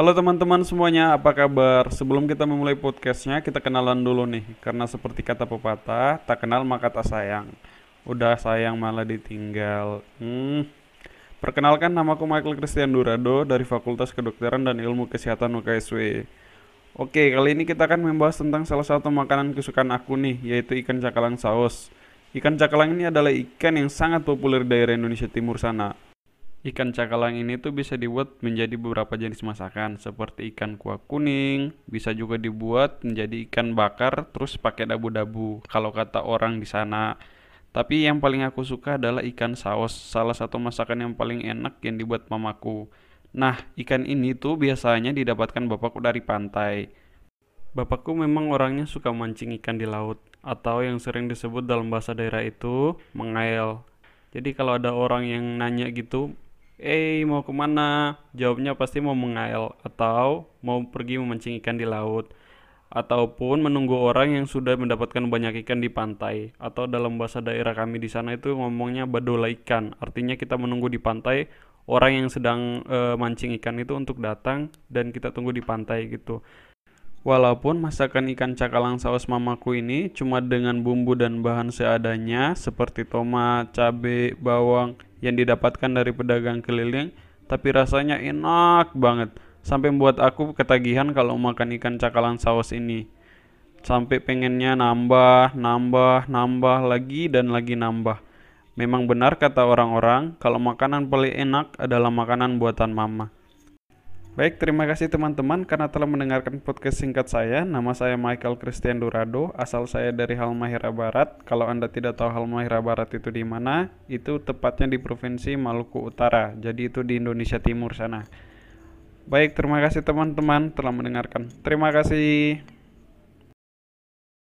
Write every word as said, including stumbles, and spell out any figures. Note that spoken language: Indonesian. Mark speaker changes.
Speaker 1: Halo teman-teman semuanya, apa kabar? Sebelum kita memulai podcastnya, kita kenalan dulu nih. Karena seperti kata pepatah, tak kenal maka tak sayang. Udah sayang malah ditinggal. Hmm. Perkenalkan, namaku Michael Christian Durado dari Fakultas Kedokteran dan Ilmu Kesehatan U K S W. Oke, kali ini kita akan membahas tentang salah satu makanan kesukaan aku nih, yaitu ikan cakalang saus. Ikan cakalang ini adalah ikan yang sangat populer di daerah Indonesia Timur sana. Ikan cakalang ini tuh bisa dibuat menjadi beberapa jenis masakan seperti ikan kuah kuning, bisa juga dibuat menjadi ikan bakar terus pakai dabu-dabu kalau kata orang di sana. Tapi yang paling aku suka adalah ikan saus, salah satu masakan yang paling enak yang dibuat mamaku. Nah, ikan ini tuh biasanya didapatkan bapakku dari pantai. Bapakku memang orangnya suka mancing ikan di laut, atau yang sering disebut dalam bahasa daerah itu mengael. Jadi kalau ada orang yang nanya gitu, eh mau kemana? Jawabnya pasti mau mengael, atau mau pergi memancing ikan di laut. Ataupun menunggu orang yang sudah mendapatkan banyak ikan di pantai. Atau dalam bahasa daerah kami di sana itu ngomongnya badola ikan. Artinya kita menunggu di pantai, orang yang sedang eh, mancing ikan itu untuk datang dan kita tunggu di pantai gitu. Walaupun masakan ikan cakalang saus mamaku ini cuma dengan bumbu dan bahan seadanya seperti tomat, cabai, bawang yang didapatkan dari pedagang keliling, tapi rasanya enak banget. Sampai membuat aku ketagihan kalau makan ikan cakalang saus ini. Sampai pengennya nambah, nambah, nambah lagi dan lagi nambah. Memang benar kata orang-orang, kalau makanan paling enak adalah makanan buatan mama. Baik, terima kasih teman-teman karena telah mendengarkan podcast singkat saya. Nama saya Michael Christian Durado, asal saya dari Halmahera Barat. Kalau Anda tidak tahu Halmahera Barat itu di mana, itu tepatnya di Provinsi Maluku Utara. Jadi itu di Indonesia Timur sana. Baik, terima kasih teman-teman telah mendengarkan. Terima kasih.